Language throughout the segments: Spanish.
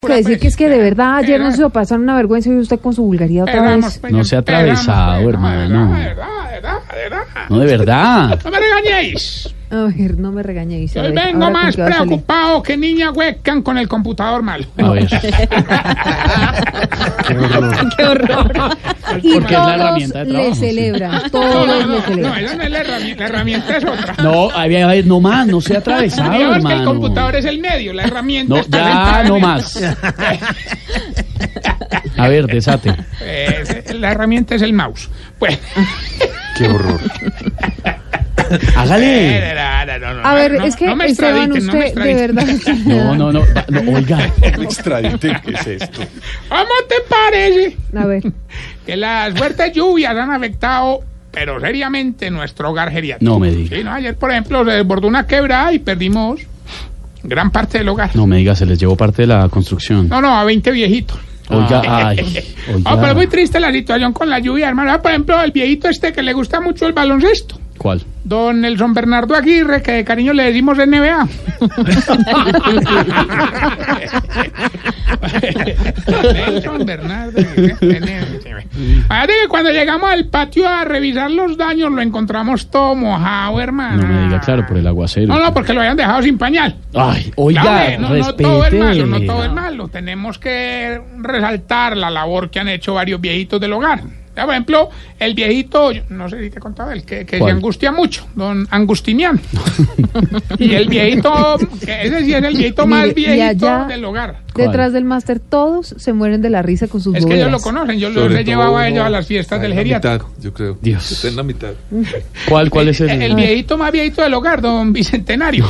Que decir que es que de verdad ayer no se pasó una vergüenza y usted con su vulgaridad otra vez. No se ha atravesado, hermano. De verdad. No, de verdad. No me regañéis. A ver, no me regañéis. Hoy vengo más preocupado que niña webcam con el computador malo. A ver. Qué horror. Y porque todos es la herramienta de trabajo. le celebran, todos le celebran. No, esa no es la herramienta es otra. No, a ver, no más, no se ha atravesado, Digamos que el hermano. computador es el medio, la herramienta No, está ya, sentada en no el- más. A ver, desate. La herramienta es el mouse. Pues. Qué horror. Hágale. A ver, es que Esteban, usted de verdad. No, oiga. Extradite, ¿qué es esto? ¿Cómo te parece A ver. que las fuertes lluvias han afectado, pero seriamente, nuestro hogar geriátrico? No me diga. Sí, ¿no? Ayer, por ejemplo, se desbordó una quebrada y perdimos gran parte del hogar. No me diga, se les llevó parte de la construcción. No, a 20 viejitos. Oiga, ay. Ah, pero es muy Oiga. triste la situación con la lluvia, hermano. Por ejemplo, el viejito este que le gusta mucho el baloncesto. ¿Cuál? Don Nelson Bernardo Aguirre, que de cariño le decimos NBA. Nelson Bernardo Aguirre. Fíjate que cuando llegamos al patio a revisar los daños, lo encontramos todo mojado, hermano. No me diga, claro, por el aguacero. No, porque lo habían dejado sin pañal. Ay, oiga, Claro, no todo es respete. malo, no todo es malo. Tenemos que resaltar la labor que han hecho varios viejitos del hogar. Ya, por ejemplo, el viejito, no sé si te contaba él, que se ¿Cuál? angustia mucho, don Angustinian. Y el viejito, que ese sí es el viejito más Mire, y viejito allá, del hogar. detrás del máster, todos se mueren de la risa con sus Es que ellos lo boberas. conocen, yo los Sobre he llevado a todo, ellos a las fiestas del en la geriátrico. mitad, yo creo. Dios. Está en la mitad. ¿Cuál es el? El viejito más viejito del hogar, don Bicentenario.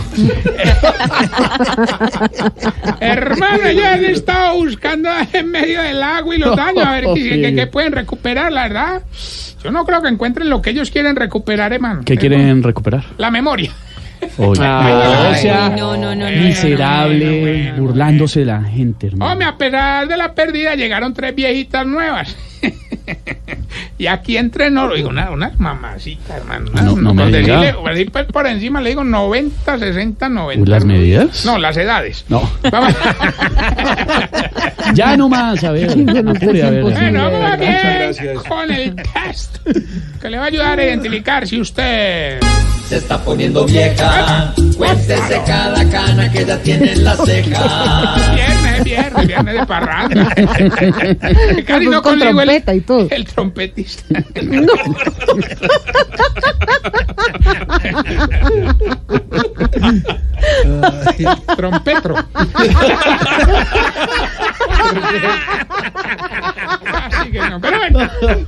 Hermano, ellos han estado buscando en medio del agua y los daños, a ver qué pueden recuperar, la verdad. Yo no creo que encuentren lo que ellos quieren recuperar, hermano. ¿Qué quieren recuperar? La memoria. Oiga, o sea, no. miserable, bueno, burlándose de la gente, hermano. Hombre, a pesar de la pérdida, llegaron 3 viejitas nuevas. Y aquí entre no, digo, unas mamacitas, hermano. No me Por diga. decirle, así por encima le digo 90, 60, 90. ¿Las medidas? No, las edades. No. Vamos. Ya no más, a ver. Apure, a ver. Bueno, vamos Muchas bien gracias. con el test que le va a ayudar a identificar si usted... Se está poniendo vieja, cuéntese cada cana que ya tiene en la ceja. Viernes de parranda. Casi no Con consigo trompeta y todo. el trompetista. Trompetro. Así que no, pero bueno.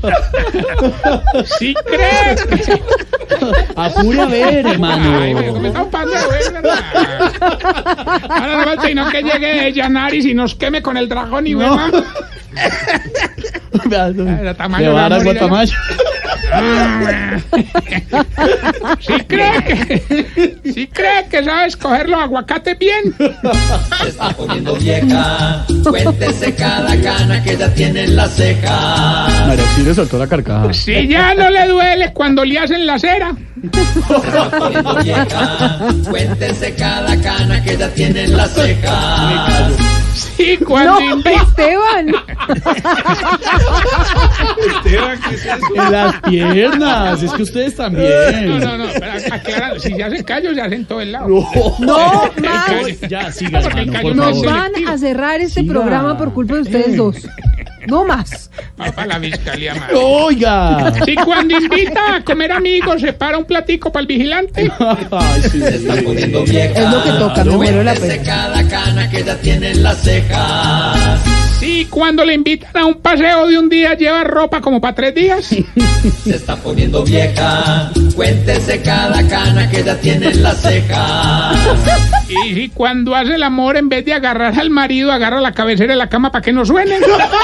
Si crees que... Apure a ver, hermano. Ay, me está pasando de ver, ¿verdad? Ahora no falta y no que llegue Yanaris y nos queme con el dragón y No. bueno. Le Tamaño va a dar va a morir Guatamayo. Si cree que sabe escoger los aguacates bien. Se está poniendo vieja, cuéntese cada cana que ya tiene en la ceja. María Auxilio soltó la carcajada. Si ya no le duele cuando le hacen la cera. Se está poniendo vieja, cuéntese cada cana que ya tiene en la ceja. Sí, cuando No, invita. Esteban. En las piernas. Es que ustedes también. No, pero aclarando, si se hacen callos, se hacen todo el lado. No, El más. callo- Ya, siga, Porque el hermano, callo por no Nos es favor. van selectivo. a cerrar este Siga. programa por culpa de ustedes dos. No más. Va para la fiscalía, madre. Oiga. Si cuando invita a comer amigos se para un platico para el vigilante. Ay, sí. Se está poniendo vieja, Es lo que toca, me muero la cuéntese pena. cada cana que ya tiene en la ceja. Si cuando le invitan a un paseo de un día lleva ropa como para 3 días. Se está poniendo vieja, cuéntese cada cana que ya tiene en la ceja. Y si cuando hace el amor, en vez de agarrar al marido, agarra la cabecera de la cama para que no suene.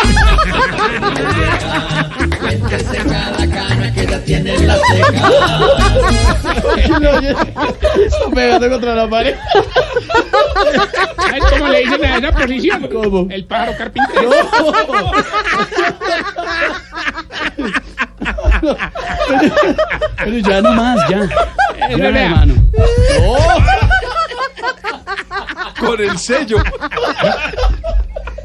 Cuéntese cada cana que ya tiene en la ceja. Está pegando contra la pared. ¿Sabes cómo le dicen a esa posición? ¿Cómo? El pájaro carpintero. Pero ya no más, ya. Es Ya, verdad. hermano. Con el sello.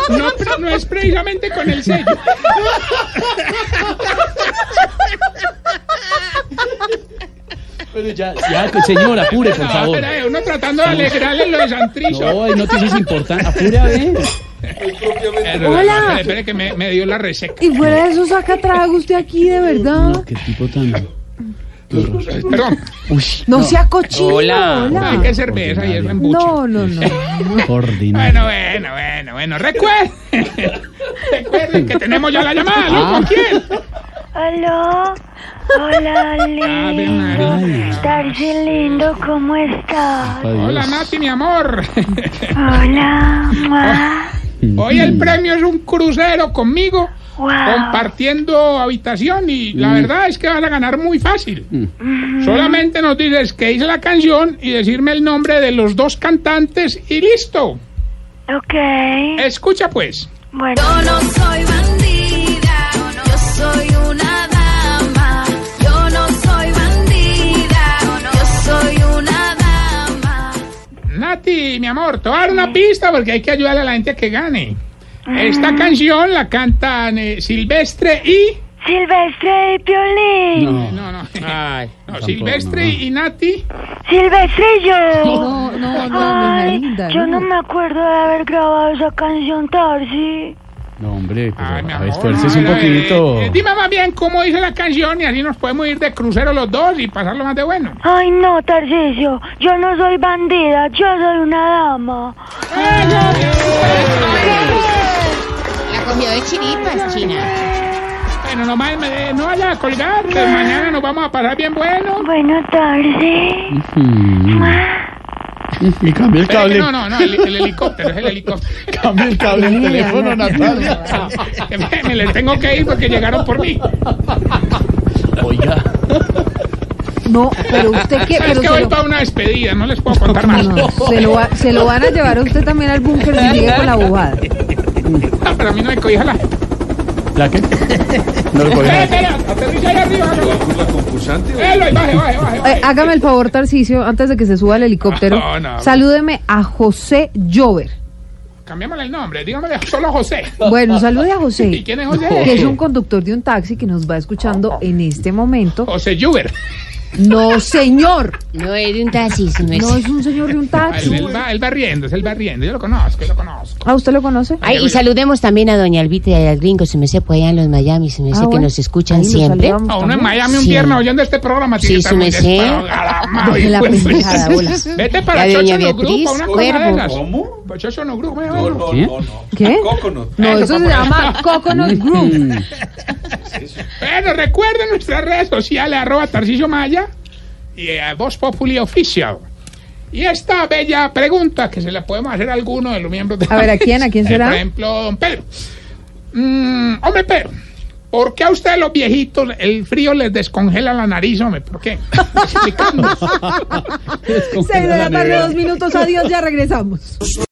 No es precisamente con el sello. Pero ya, señor, apure, por favor. Espera, uno tratando de alegrarle lo de Santrizo. No, hay noticias importantes. Apure, a ver. Hola. Espere que me dio la reseca. Y fuera de eso saca trago usted aquí, de verdad. No, qué tipo tan... Perdón. Uy, No sea cochino. Hola. Hay que cerveza y eso en bucho. No. ordinario. Bueno. Recuerden que tenemos ya la llamada, ¿no? ¿Con quién? ¿Aló? Hola, Ave María. lindo. Darcy lindo, ¿cómo estás? Hola, Nati, mi amor. Hola. Mua. Hoy el premio es un crucero conmigo, Wow. compartiendo habitación, y la verdad es que vas a ganar muy fácil. Solamente nos dices que hice la canción y decirme el nombre de los dos cantantes y listo. Ok. Escucha pues. Bueno. Yo no soy bandida, yo soy una dama. Yo no soy bandida, yo soy una dama. Nati, mi amor, te voy a dar una pista porque hay que ayudarle a la gente a que gane. Esta canción la cantan Silvestre y... Silvestre y Piolín. No. Ay. No, Silvestre y Nati. Silvestre y yo. No, Ay, linda, yo no me acuerdo de haber grabado esa canción, Darcy. No, hombre, Ay, mi pero amor, esfuércese un no, poquito. dime más bien cómo dice la canción y así nos podemos ir de crucero los dos y pasarlo más de bueno. Ay, no, Tarcisio. Yo no soy bandida, yo soy una dama. La comió de chiripas, China. Bueno, no vaya a colgar, que mañana nos vamos a pasar bien bueno. Bueno, Darcy. Y cambia el cable. No, el helicóptero, es el helicóptero. Cambia el cable del teléfono, Natalia. Que me les tengo que ir porque llegaron por mí. Oiga. No, pero usted qué, Es pero que se voy lo, para una despedida, no les puedo contar más. no, se lo van a llevar a usted también al búnker si sigue con la bobada. Ah, pero a mí no me cobija la... ¿La qué? No lo puedo Espera, aterriza ahí arriba. ¿La concursante? Baje. Hágame el favor, Tarcisio, antes de que se suba al helicóptero, No. salúdeme a José Llover. Cambiémosle el nombre, dígamele solo José. Bueno, salude a José, ¿Y quién es José? que es un conductor de un taxi que nos va escuchando en este momento. José Juber. No, señor, No es de un taxis, no es. no es un señor de un taxi. Él va riendo, yo lo conozco. ¿Ah, usted lo conoce? Ay, y saludemos también a doña Albita y a los gringos, se me se puede en los Miami, se me sé que bueno. nos escuchan Ahí lo siempre. saludamos A uno en también. Miami un Sí. viernes oyendo este programa. tiene que Sí, estar su muy merced. desprogamado, Deje la hijo de pendejada, puta. bola. Vete para La Chocho doña no Group, Beatriz a una cosa de Cuervo. esas. ¿Cómo? Para Chocho no Group, ¿Qué? ¿Qué? Coconut. No, eso se llama Coconut Group. Bueno, recuerden nuestras redes sociales, @Tarcisio Maya y Voz Populi Official. Y esta bella pregunta que se le podemos hacer a alguno de los miembros de... A ver, ¿a quién será? Por ejemplo, don Pedro. Hombre, Pedro, ¿por qué a ustedes los viejitos el frío les descongela la nariz, hombre? ¿Por qué? Explicando. 6 de la tarde, 2 minutos, adiós, ya regresamos.